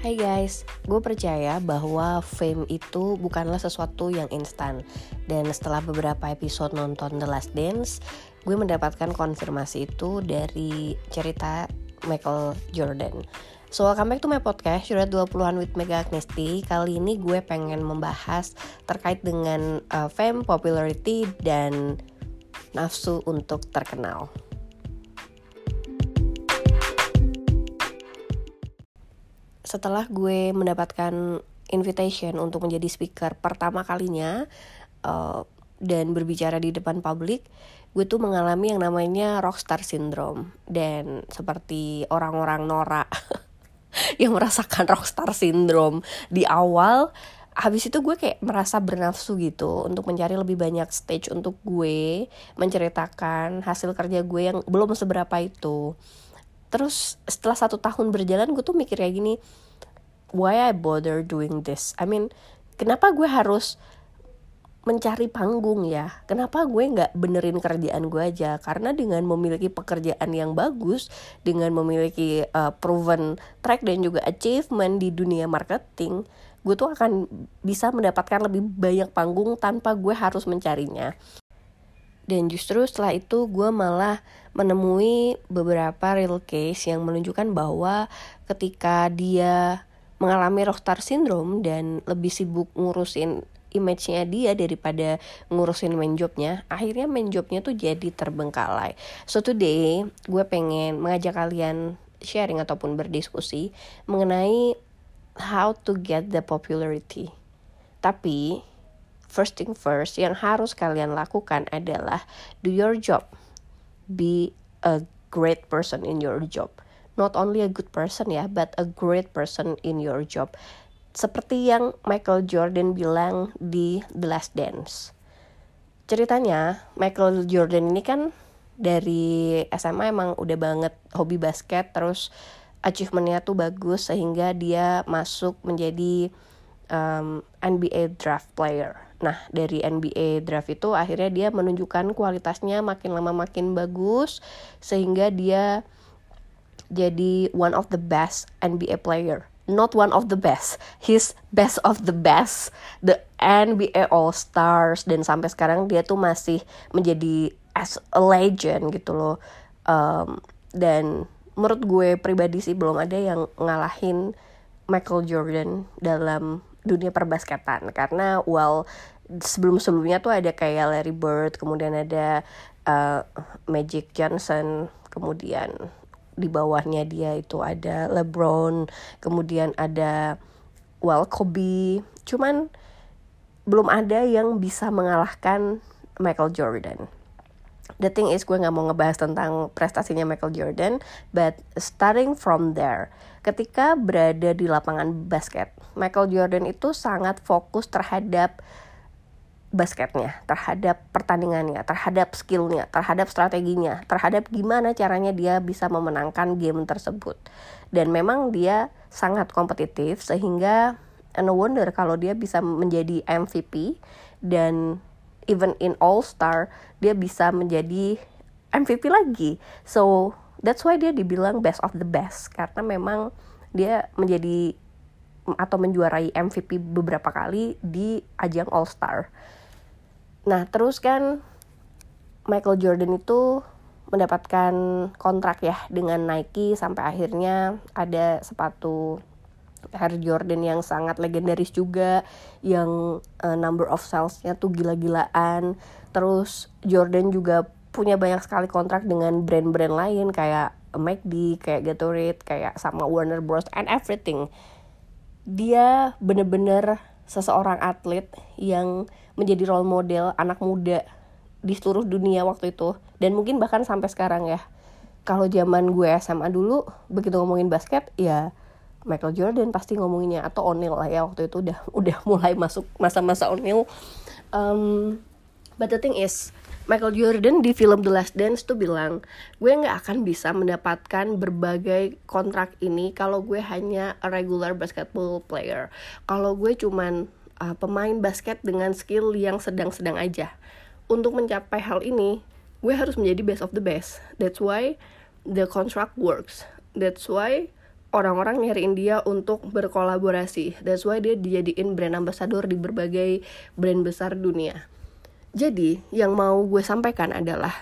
Hai guys, gue percaya bahwa fame itu bukanlah sesuatu yang instan. Dan setelah beberapa episode nonton The Last Dance, gue mendapatkan konfirmasi itu dari cerita Michael Jordan. So, welcome back to my podcast, Surat 20-an with Mega Agnesti. Kali ini gue pengen membahas terkait dengan fame, popularity, dan nafsu untuk terkenal. Setelah gue mendapatkan invitation untuk menjadi speaker pertama kalinya dan berbicara di depan publik, gue tuh mengalami yang namanya rockstar syndrome. Dan seperti orang-orang norak yang merasakan rockstar syndrome di awal, habis itu gue kayak merasa bernafsu gitu untuk mencari lebih banyak stage untuk gue menceritakan hasil kerja gue yang belum seberapa itu. Terus setelah 1 tahun berjalan, gue tuh mikir kayak gini, why I bother doing this? I mean, kenapa gue harus mencari panggung ya? Kenapa gue gak benerin kerjaan gue aja? Karena dengan memiliki pekerjaan yang bagus, dengan memiliki proven track dan juga achievement di dunia marketing, gue tuh akan bisa mendapatkan lebih banyak panggung tanpa gue harus mencarinya. Dan justru setelah itu gue malah menemui beberapa real case yang menunjukkan bahwa ketika dia mengalami rockstar syndrome dan lebih sibuk ngurusin image-nya dia daripada ngurusin main job-nya, akhirnya main job-nya tuh jadi terbengkalai. So today gue pengen mengajak kalian sharing ataupun berdiskusi mengenai how to get the popularity. Tapi first thing first, yang harus kalian lakukan adalah do your job. Be a great person in your job. Not only a good person ya, but a great person in your job. Seperti yang Michael Jordan bilang di The Last Dance. Ceritanya, Michael Jordan ini kan dari SMA emang udah banget hobi basket, terus achievement-nya tuh bagus sehingga dia masuk menjadi NBA draft player. Nah, dari NBA draft itu akhirnya dia menunjukkan kualitasnya makin lama makin bagus sehingga dia jadi one of the best NBA player. Not one of the best, he's best of the best, the NBA All Stars, dan sampai sekarang dia tuh masih menjadi as a legend gitu loh. Dan menurut gue pribadi sih belum ada yang ngalahin Michael Jordan dalam dunia perbasketan, karena sebelum-sebelumnya tuh ada kayak Larry Bird, kemudian ada Magic Johnson, kemudian di bawahnya dia itu ada LeBron, kemudian ada Kobe, cuman belum ada yang bisa mengalahkan Michael Jordan. The thing is, gue gak mau ngebahas tentang prestasinya Michael Jordan, but starting from there, ketika berada di lapangan basket, Michael Jordan itu sangat fokus terhadap basketnya, terhadap pertandingannya, terhadap skillnya, terhadap strateginya, terhadap gimana caranya dia bisa memenangkan game tersebut. Dan memang dia sangat kompetitif, sehingga no wonder kalau dia bisa menjadi MVP, dan even in All Star dia bisa menjadi MVP lagi. So that's why dia dibilang best of the best, karena memang dia menjadi atau menjuarai MVP beberapa kali di ajang All Star. Nah, terus kan Michael Jordan itu mendapatkan kontrak ya dengan Nike sampai akhirnya ada sepatu Air Jordan yang sangat legendaris juga, yang number of sales-nya tuh gila-gilaan. Terus Jordan juga punya banyak sekali kontrak dengan brand-brand lain kayak McD, kayak Gatorade, kayak sama Warner Bros. And everything. Dia bener-bener seseorang atlet yang menjadi role model anak muda di seluruh dunia waktu itu. Dan mungkin bahkan sampai sekarang ya. Kalau zaman gue SMA dulu, begitu ngomongin basket, ya Michael Jordan pasti ngomonginnya, atau O'Neal lah ya, waktu itu udah mulai masuk masa-masa O'Neal. But the thing is, Michael Jordan di film The Last Dance tuh bilang, gue gak akan bisa mendapatkan berbagai kontrak ini kalau gue hanya a regular basketball player. Kalau gue cuman pemain basket dengan skill yang sedang-sedang aja. Untuk mencapai hal ini, gue harus menjadi best of the best. That's why the contract works. That's why orang-orang nyariin dia untuk berkolaborasi. That's why dia dijadiin brand ambassador di berbagai brand besar dunia. Jadi yang mau gue sampaikan adalah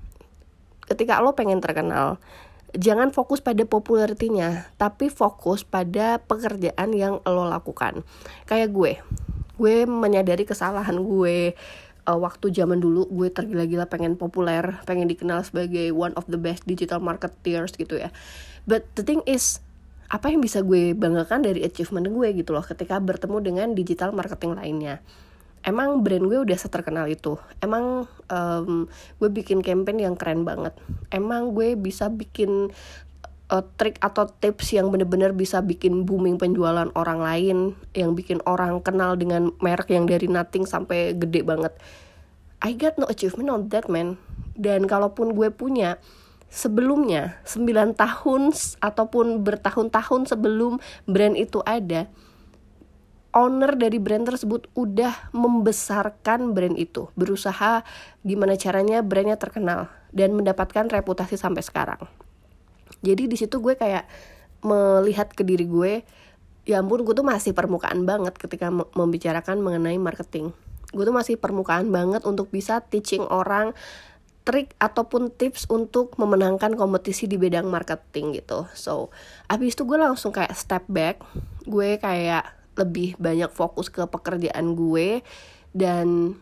ketika lo pengen terkenal, jangan fokus pada popularitinya, tapi fokus pada pekerjaan yang lo lakukan. Kayak gue menyadari kesalahan gue. Waktu zaman dulu gue tergila-gila pengen populer, pengen dikenal sebagai one of the best digital marketeers gitu ya. But the thing is, apa yang bisa gue banggakan dari achievement gue gitu loh ketika bertemu dengan digital marketing lainnya. Emang brand gue udah seterkenal itu. Emang gue bikin campaign yang keren banget. Emang gue bisa bikin trik atau tips yang bener-bener bisa bikin booming penjualan orang lain, yang bikin orang kenal dengan merek yang dari nothing sampai gede banget. I got no achievement on that, man. Dan kalaupun gue punya, sebelumnya 9 tahun ataupun bertahun-tahun sebelum brand itu ada, owner dari brand tersebut udah membesarkan brand itu, berusaha gimana caranya brandnya terkenal dan mendapatkan reputasi sampai sekarang. Jadi di situ gue kayak melihat ke diri gue, ya ampun, gue tuh masih permukaan banget ketika membicarakan mengenai marketing. Gue tuh masih permukaan banget untuk bisa teaching orang trik ataupun tips untuk memenangkan kompetisi di bidang marketing gitu. So, abis itu gue langsung kayak step back. Gue kayak lebih banyak fokus ke pekerjaan gue dan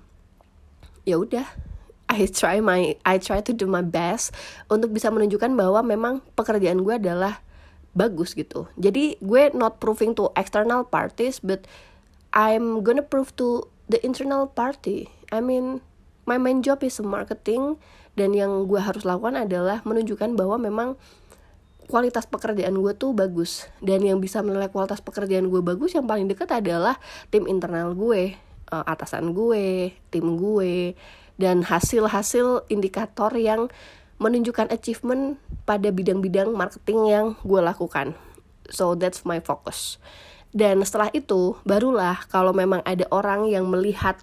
ya udah, I try to do my best untuk bisa menunjukkan bahwa memang pekerjaan gue adalah bagus gitu. Jadi gue not proving to external parties, but I'm gonna prove to the internal party. I mean, my main job is marketing, dan yang gue harus lakukan adalah menunjukkan bahwa memang kualitas pekerjaan gue tuh bagus. Dan yang bisa menilai kualitas pekerjaan gue bagus yang paling dekat adalah tim internal gue, atasan gue, tim gue, dan hasil-hasil indikator yang menunjukkan achievement pada bidang-bidang marketing yang gue lakukan. So that's my focus. Dan setelah itu barulah kalau memang ada orang yang melihat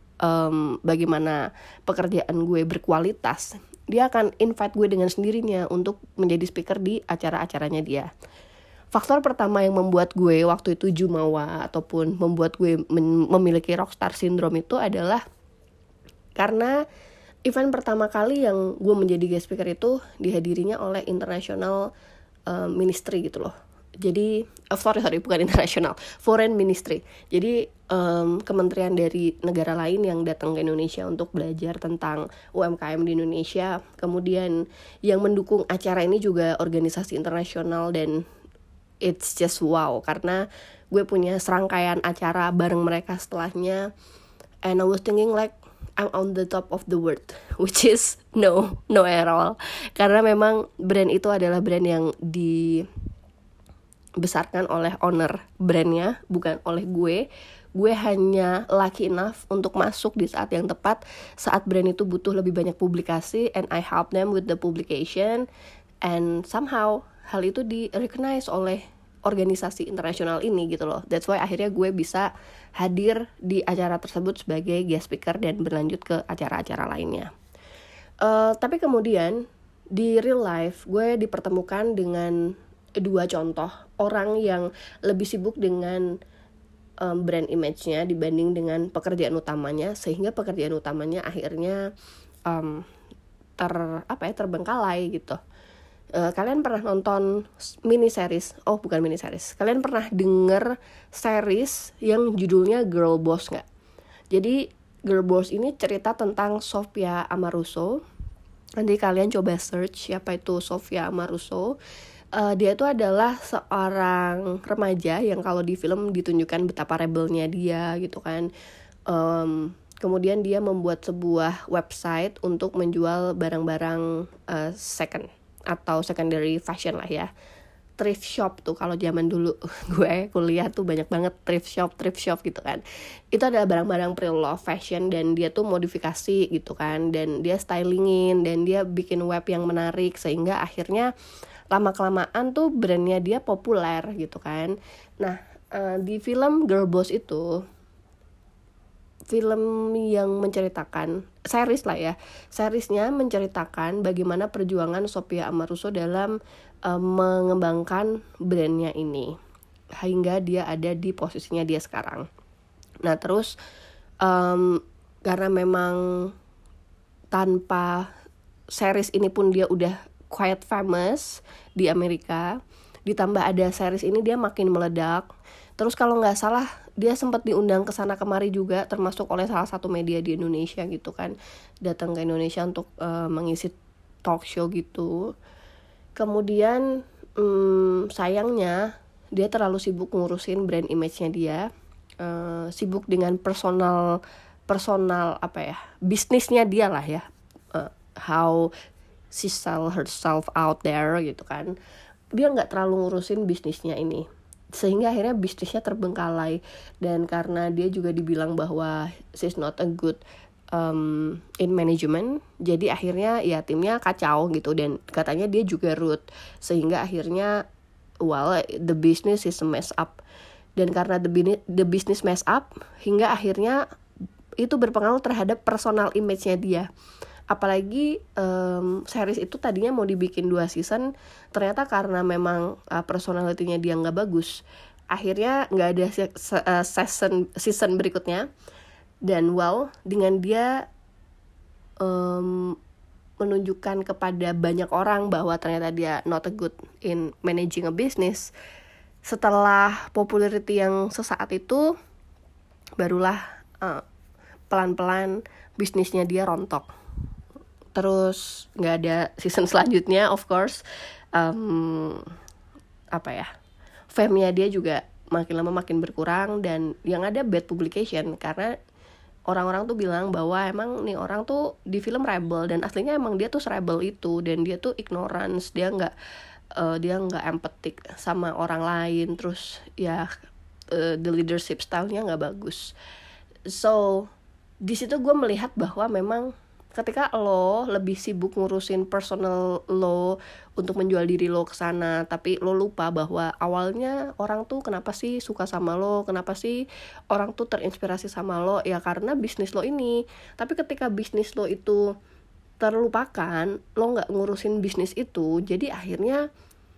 bagaimana pekerjaan gue berkualitas, dia akan invite gue dengan sendirinya untuk menjadi speaker di acara-acaranya dia. Faktor pertama yang membuat gue waktu itu jumawa ataupun membuat gue memiliki rockstar syndrome itu adalah karena event pertama kali yang gue menjadi guest speaker itu dihadirinya oleh international ministry gitu loh. Jadi bukan international, foreign ministry. Jadi kementerian dari negara lain yang datang ke Indonesia untuk belajar tentang UMKM di Indonesia. Kemudian yang mendukung acara ini juga organisasi internasional, dan it's just wow karena gue punya serangkaian acara bareng mereka setelahnya, and I was thinking like I'm on the top of the world, which is no at all. Karena memang brand itu adalah brand yang dibesarkan oleh owner brandnya, bukan oleh gue. Gue hanya lucky enough untuk masuk di saat yang tepat, saat brand itu butuh lebih banyak publikasi, and I help them with the publication, and somehow hal itu di-recognize oleh organisasi internasional ini gitu loh. That's why akhirnya gue bisa hadir di acara tersebut sebagai guest speaker dan berlanjut ke acara-acara lainnya. Tapi kemudian di real life gue dipertemukan dengan dua contoh orang yang lebih sibuk dengan brand image-nya dibanding dengan pekerjaan utamanya, sehingga pekerjaan utamanya akhirnya terbengkalai gitu. Kalian pernah nonton mini series? Oh, bukan mini series. Kalian pernah denger series yang judulnya Girl Boss nggak? Jadi Girl Boss ini cerita tentang Sophia Amoruso. Nanti kalian coba search siapa itu Sophia Amoruso. Dia itu adalah seorang remaja yang kalau di film ditunjukkan betapa rebelnya dia gitu kan. Kemudian dia membuat sebuah website untuk menjual barang-barang second atau secondary fashion lah ya. Thrift shop tuh kalau zaman dulu gue kuliah tuh banyak banget thrift shop gitu kan. Itu adalah barang-barang pre-love fashion, dan dia tuh modifikasi gitu kan, dan dia stylingin, dan dia bikin web yang menarik sehingga akhirnya lama-kelamaan tuh brandnya dia populer gitu kan. Nah, di film Girl Boss itu film yang menceritakan, series lah ya, seriesnya menceritakan bagaimana perjuangan Sophia Amoruso dalam mengembangkan brandnya ini hingga dia ada di posisinya dia sekarang. Nah terus karena memang tanpa series ini pun dia udah quite famous di Amerika, ditambah ada series ini dia makin meledak. Terus kalau nggak salah dia sempat diundang ke sana kemari juga, termasuk oleh salah satu media di Indonesia gitu kan, datang ke Indonesia untuk mengisi talk show gitu. Kemudian sayangnya dia terlalu sibuk ngurusin brand image-nya dia, sibuk dengan personal bisnisnya dia lah ya, how she sell herself out there gitu kan. Dia nggak terlalu ngurusin bisnisnya ini, sehingga akhirnya bisnisnya terbengkalai. Dan karena dia juga dibilang bahwa she's not a good in management, jadi akhirnya ya timnya kacau gitu, dan katanya dia juga rude, sehingga akhirnya the business is a mess up. Dan karena the business mess up, hingga akhirnya itu berpengaruh terhadap personal image-nya dia. Apalagi series itu tadinya mau dibikin 2 season, ternyata karena memang personality-nya dia nggak bagus, akhirnya nggak ada season berikutnya. Dan dengan dia menunjukkan kepada banyak orang bahwa ternyata dia not a good in managing a business, setelah popularity yang sesaat itu, barulah pelan-pelan bisnisnya dia rontok. Terus nggak ada season selanjutnya, of course. Fame-nya dia juga makin lama makin berkurang, dan yang ada bad publication, karena orang-orang tuh bilang bahwa emang nih orang tuh di film rebel, dan aslinya emang dia tuh rebel itu, dan dia tuh ignorance, dia nggak empathetic sama orang lain. Terus ya the leadership style-nya nggak bagus. So di situ gue melihat bahwa memang ketika lo lebih sibuk ngurusin personal lo untuk menjual diri lo ke sana, tapi lo lupa bahwa awalnya orang tuh kenapa sih suka sama lo, kenapa sih orang tuh terinspirasi sama lo, ya karena bisnis lo ini. Tapi ketika bisnis lo itu terlupakan, lo nggak ngurusin bisnis itu, jadi akhirnya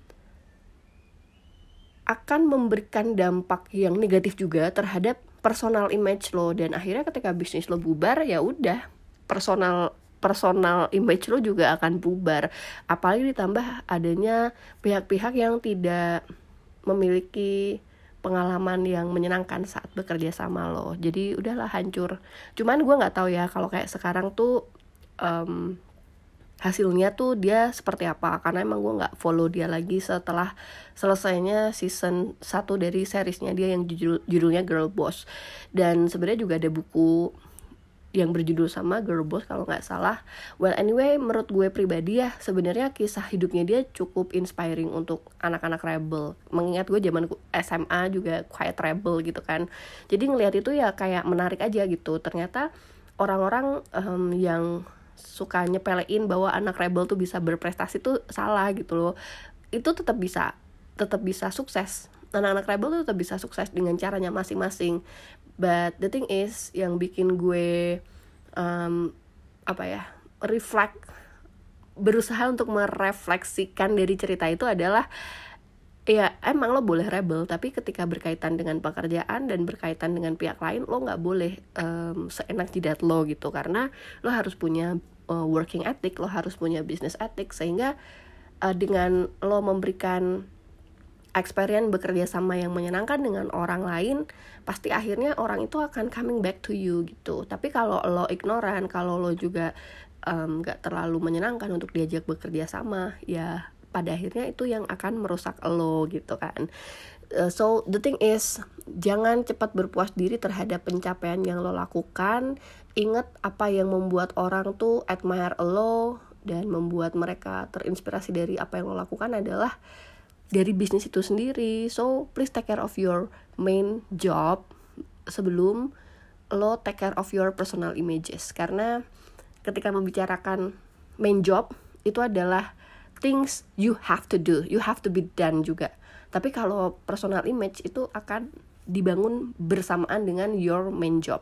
akan memberikan dampak yang negatif juga terhadap personal image lo. Dan akhirnya ketika bisnis lo bubar, ya udah, personal image lo juga akan bubar. Apalagi ditambah adanya pihak-pihak yang tidak memiliki pengalaman yang menyenangkan saat bekerja sama lo, jadi udahlah hancur. Cuman gue nggak tahu ya kalau kayak sekarang tuh hasilnya tuh dia seperti apa, karena emang gue nggak follow dia lagi setelah selesainya season 1 dari seriesnya dia yang judulnya Girl Boss. Dan sebenarnya juga ada buku yang berjudul sama, Girl Boss kalau nggak salah. Anyway, menurut gue pribadi ya, sebenarnya kisah hidupnya dia cukup inspiring untuk anak-anak rebel. Mengingat gue zaman SMA juga quite rebel gitu kan. Jadi ngelihat itu ya kayak menarik aja gitu. Ternyata orang-orang yang suka nyepelein bahwa anak rebel tuh bisa berprestasi tuh salah gitu loh. Itu tetap bisa sukses. Anak-anak rebel tuh tetap bisa sukses dengan caranya masing-masing. But the thing is, yang bikin gue berusaha untuk merefleksikan dari cerita itu adalah, ya emang lo boleh rebel, tapi ketika berkaitan dengan pekerjaan dan berkaitan dengan pihak lain, lo nggak boleh seenak jidat lo gitu, karena lo harus punya working ethic, lo harus punya business ethic, sehingga dengan lo memberikan experience bekerja sama yang menyenangkan dengan orang lain, pasti akhirnya orang itu akan coming back to you gitu. Tapi kalau lo ignoran, kalau lo juga gak terlalu menyenangkan untuk diajak bekerja sama, ya pada akhirnya itu yang akan merusak lo gitu kan. So the thing is, jangan cepat berpuas diri terhadap pencapaian yang lo lakukan. Ingat apa yang membuat orang tuh admire lo dan membuat mereka terinspirasi dari apa yang lo lakukan adalah dari bisnis itu sendiri. So please take care of your main job sebelum lo take care of your personal images. Karena ketika membicarakan main job, itu adalah things you have to do, you have to be done juga. Tapi kalau personal image itu akan dibangun bersamaan dengan your main job.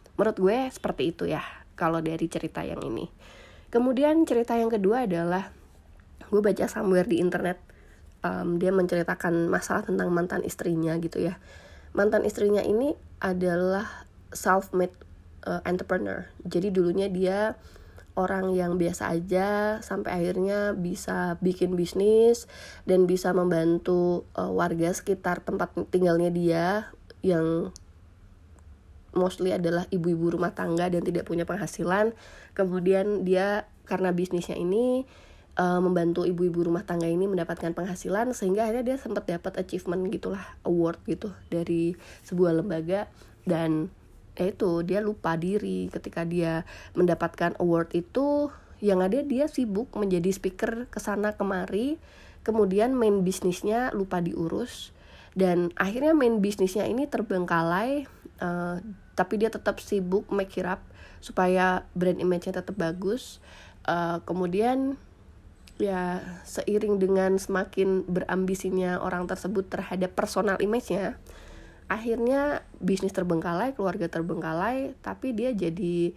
Menurut gue seperti itu ya kalau dari cerita yang ini. Kemudian cerita yang kedua adalah gue baca somewhere di internet, dia menceritakan masalah tentang mantan istrinya gitu ya. Mantan istrinya ini adalah self-made entrepreneur. Jadi dulunya dia orang yang biasa aja sampai akhirnya bisa bikin bisnis dan bisa membantu warga sekitar tempat tinggalnya dia yang mostly adalah ibu-ibu rumah tangga dan tidak punya penghasilan. Kemudian dia karena bisnisnya ini membantu ibu-ibu rumah tangga ini mendapatkan penghasilan, sehingga akhirnya dia sempat dapat achievement gitulah, award gitu dari sebuah lembaga. Dan itu dia lupa diri ketika dia mendapatkan award itu. Yang ada dia sibuk menjadi speaker kesana kemari, kemudian main bisnisnya lupa diurus, dan akhirnya main bisnisnya ini terbengkalai. Tapi dia tetap sibuk make it up supaya brand image-nya tetap bagus. Kemudian ya seiring dengan semakin berambisinya orang tersebut terhadap personal image-nya, akhirnya bisnis terbengkalai, keluarga terbengkalai, tapi dia jadi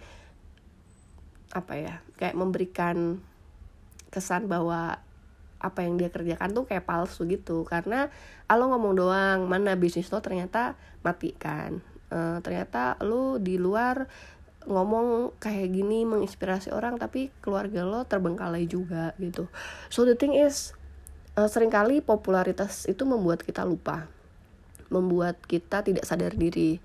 kayak memberikan kesan bahwa apa yang dia kerjakan tuh kayak palsu gitu, karena lo ngomong doang, mana bisnis lo ternyata mati kan. Ternyata lo di luar ngomong kayak gini menginspirasi orang, tapi keluarga lo terbengkalai juga gitu. So the thing is, seringkali popularitas itu membuat kita lupa, membuat kita tidak sadar diri,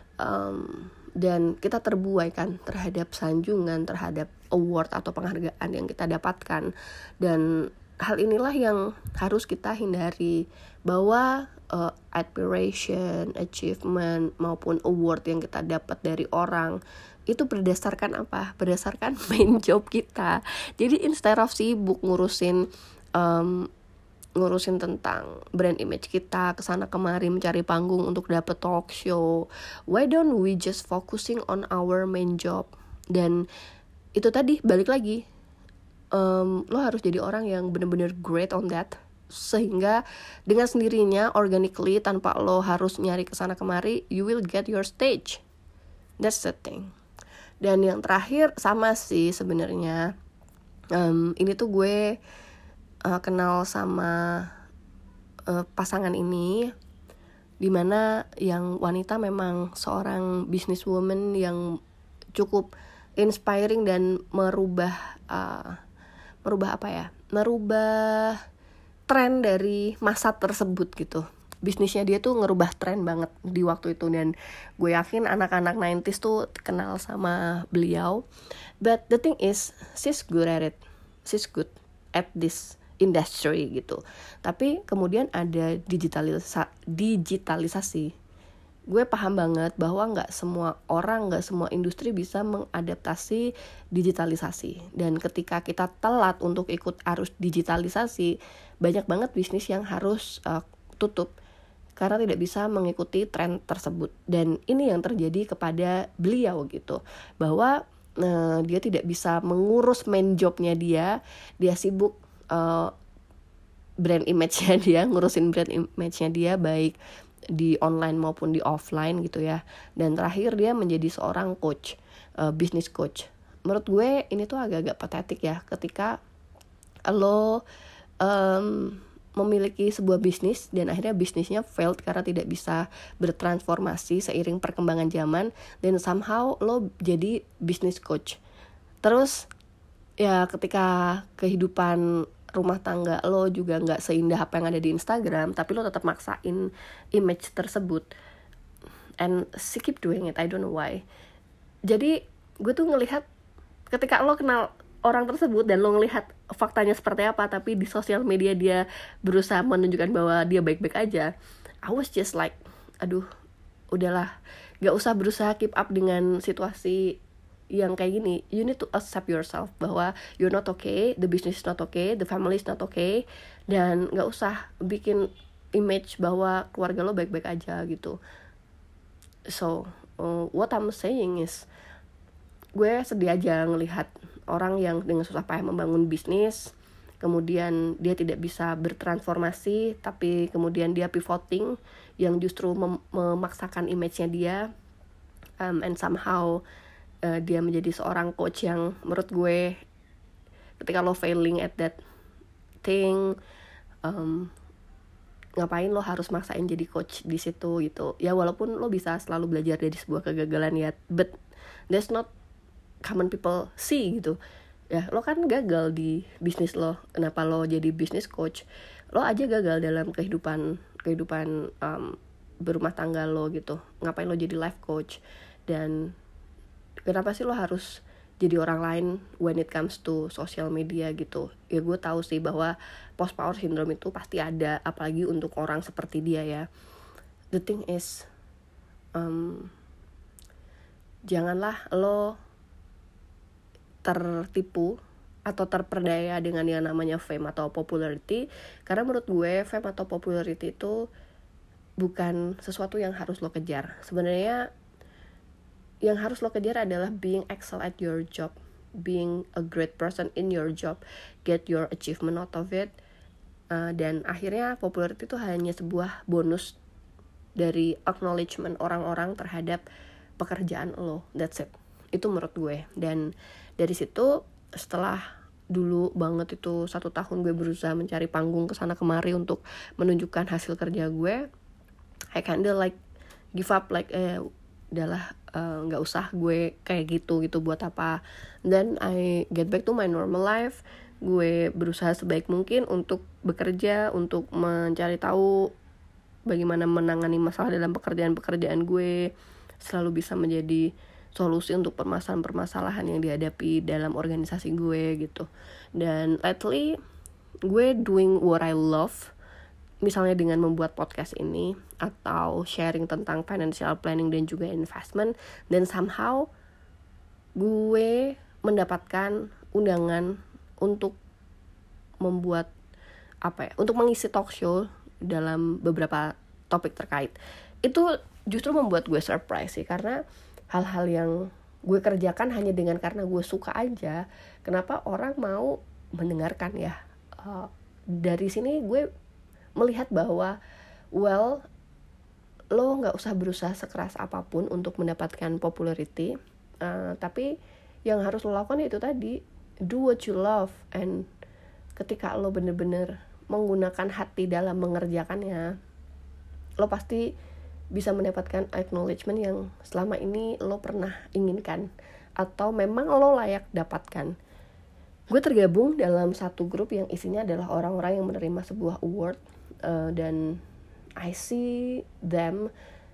dan kita terbuai kan terhadap sanjungan, terhadap award atau penghargaan yang kita dapatkan. Dan hal inilah yang harus kita hindari, bahwa admiration, achievement maupun award yang kita dapat dari orang itu berdasarkan apa? Berdasarkan main job kita. Jadi instead of sibuk ngurusin tentang brand image kita, kesana kemari mencari panggung untuk dapet talk show, why don't we just focusing on our main job? Dan itu tadi balik lagi, lo harus jadi orang yang benar-benar great on that, sehingga dengan sendirinya organically tanpa lo harus nyari kesana kemari, you will get your stage. That's the thing. Dan yang terakhir sama sih sebenarnya, ini tuh gue kenal sama pasangan ini, dimana yang wanita memang seorang businesswoman yang cukup inspiring dan merubah tren dari masa tersebut gitu. Bisnisnya dia tuh ngerubah tren banget di waktu itu, dan gue yakin anak-anak 90s tuh kenal sama beliau. But the thing is, she's good at it. She's good at this industry gitu. Tapi kemudian ada digitalisasi. Gue paham banget bahwa gak semua orang, gak semua industri bisa mengadaptasi digitalisasi. Dan ketika kita telat untuk ikut arus digitalisasi, banyak banget bisnis yang harus tutup karena tidak bisa mengikuti tren tersebut. Dan ini yang terjadi kepada beliau gitu, bahwa dia tidak bisa mengurus main jobnya dia sibuk brand image-nya dia, ngurusin brand image-nya dia baik di online maupun di offline gitu ya. Dan terakhir dia menjadi seorang coach, business coach. Menurut gue ini tuh agak-agak patetik ya, ketika lo memiliki sebuah bisnis dan akhirnya bisnisnya failed karena tidak bisa bertransformasi seiring perkembangan zaman, dan somehow lo jadi business coach. Terus ya ketika kehidupan rumah tangga lo juga gak seindah apa yang ada di Instagram, tapi lo tetap maksain image tersebut, and she keep doing it, I don't know why. Jadi gue tuh ngelihat ketika lo kenal orang tersebut dan lo ngelihat faktanya seperti apa, tapi di sosial media dia berusaha menunjukkan bahwa dia baik-baik aja, I was just like, aduh udahlah, gak usah berusaha keep up dengan situasi yang kayak gini. You need to accept yourself bahwa you're not okay, the business is not okay, the family is not okay, dan gak usah bikin image bahwa keluarga lo baik-baik aja gitu. So what I'm saying is, gue sedih aja ngelihat orang yang dengan susah payah membangun bisnis, kemudian dia tidak bisa bertransformasi, tapi kemudian dia pivoting yang justru memaksakan image-nya dia. and somehow dia menjadi seorang coach yang menurut gue ketika lo failing at that thing, ngapain lo harus maksain jadi coach di situ gitu ya, walaupun lo bisa selalu belajar dari sebuah kegagalan ya, but that's not common people see gitu ya. Lo kan gagal di bisnis lo, kenapa lo jadi business coach? Lo aja gagal dalam kehidupan berumah tangga lo gitu, ngapain lo jadi life coach? Dan kenapa sih lo harus jadi orang lain when it comes to social media gitu? Ya gue tahu sih bahwa post power syndrome itu pasti ada, apalagi untuk orang seperti dia ya. The thing is, janganlah lo tertipu atau terperdaya dengan yang namanya fame atau popularity, karena menurut gue fame atau popularity itu bukan sesuatu yang harus lo kejar. Sebenarnya yang harus lo kejar adalah being excel at your job, being a great person in your job, get your achievement out of it, dan akhirnya popularity itu hanya sebuah bonus dari acknowledgement orang-orang terhadap pekerjaan lo. That's it. Itu menurut gue. Dan dari situ setelah dulu banget itu 1 tahun gue berusaha mencari panggung kesana kemari untuk menunjukkan hasil kerja gue, I kinda like give up, like udahlah nggak usah gue kayak gitu buat apa. Then I get back to my normal life. Gue berusaha sebaik mungkin untuk bekerja, untuk mencari tahu bagaimana menangani masalah dalam pekerjaan gue, selalu bisa menjadi solusi untuk permasalahan-permasalahan yang dihadapi dalam organisasi gue gitu. Dan lately gue doing what I love, misalnya dengan membuat podcast ini atau sharing tentang financial planning dan juga investment, dan somehow gue mendapatkan undangan untuk membuat untuk mengisi talk show dalam beberapa topik terkait. Itu justru membuat gue surprise sih, karena hal-hal yang gue kerjakan hanya dengan karena gue suka aja, kenapa orang mau mendengarkan ya. Dari sini gue melihat bahwa lo nggak usah berusaha sekeras apapun untuk mendapatkan popularity, tapi yang harus lo lakukan itu tadi, do what you love. And ketika lo bener-bener menggunakan hati dalam mengerjakannya, lo pasti bisa mendapatkan acknowledgement yang selama ini lo pernah inginkan atau memang lo layak dapatkan. Gue tergabung dalam satu grup yang isinya adalah orang-orang yang menerima sebuah award, dan I see them,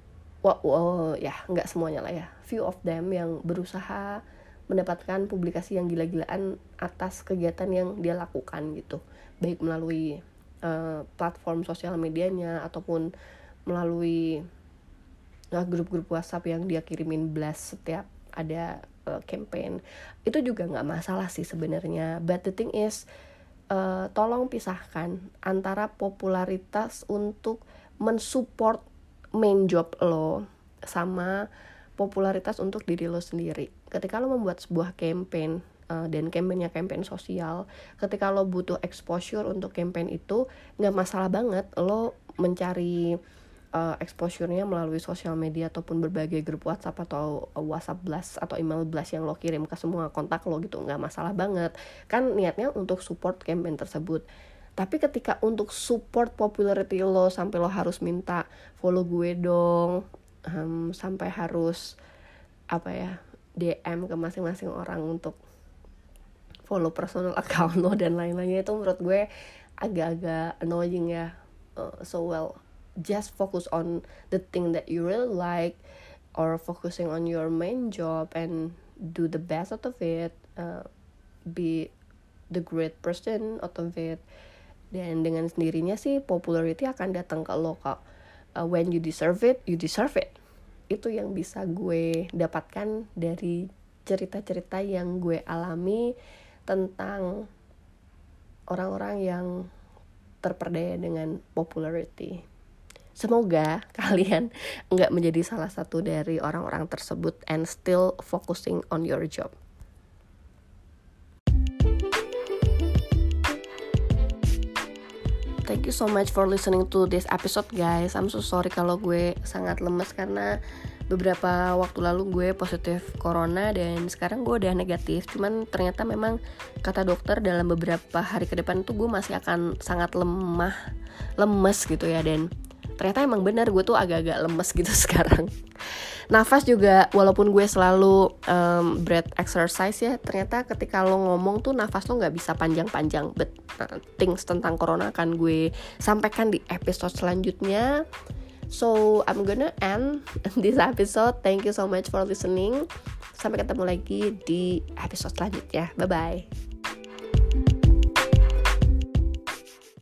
nggak semuanya lah ya, few of them yang berusaha mendapatkan publikasi yang gila-gilaan atas kegiatan yang dia lakukan gitu, baik melalui platform sosial medianya ataupun melalui grup-grup WhatsApp yang dia kirimin blast setiap ada campaign. Itu juga nggak masalah sih sebenarnya, but the thing is, tolong pisahkan antara popularitas untuk mensupport main job lo sama popularitas untuk diri lo sendiri. Ketika lo membuat sebuah campaign, dan campaignnya campaign sosial, ketika lo butuh exposure untuk campaign itu, nggak masalah banget lo mencari exposure-nya melalui sosial media ataupun berbagai grup WhatsApp atau WhatsApp blast atau email blast yang lo kirim ke semua kontak lo gitu, nggak masalah banget. Kan niatnya untuk support campaign tersebut. Tapi ketika untuk support popularity lo sampai lo harus minta follow gue dong, sampai harus DM ke masing-masing orang untuk follow personal account lo dan lain-lainnya, itu menurut gue agak-agak annoying ya. Just focus on the thing that you really like, or focusing on your main job and do the best out of it, be the great person out of it. Dan dengan sendirinya sih popularity akan datang ke lo kok. When you deserve it, you deserve it. Itu yang bisa gue dapatkan dari cerita-cerita yang gue alami tentang orang-orang yang terperdaya dengan popularity. Semoga kalian nggak menjadi salah satu dari orang-orang tersebut and still focusing on your job. Thank you so much for listening to this episode guys. I'm so sorry kalau gue sangat lemes karena beberapa waktu lalu gue positif corona dan sekarang gue udah negatif. Cuman ternyata memang kata dokter dalam beberapa hari ke depan tuh gue masih akan sangat lemes gitu ya. Dan ternyata emang benar, gue tuh agak-agak lemes gitu sekarang. Nafas juga, walaupun gue selalu breath exercise ya, ternyata ketika lo ngomong tuh nafas lo gak bisa panjang-panjang. But things tentang corona akan gue sampaikan di episode selanjutnya. So I'm gonna end this episode. Thank you so much for listening. Sampai ketemu lagi di episode selanjutnya. Bye bye.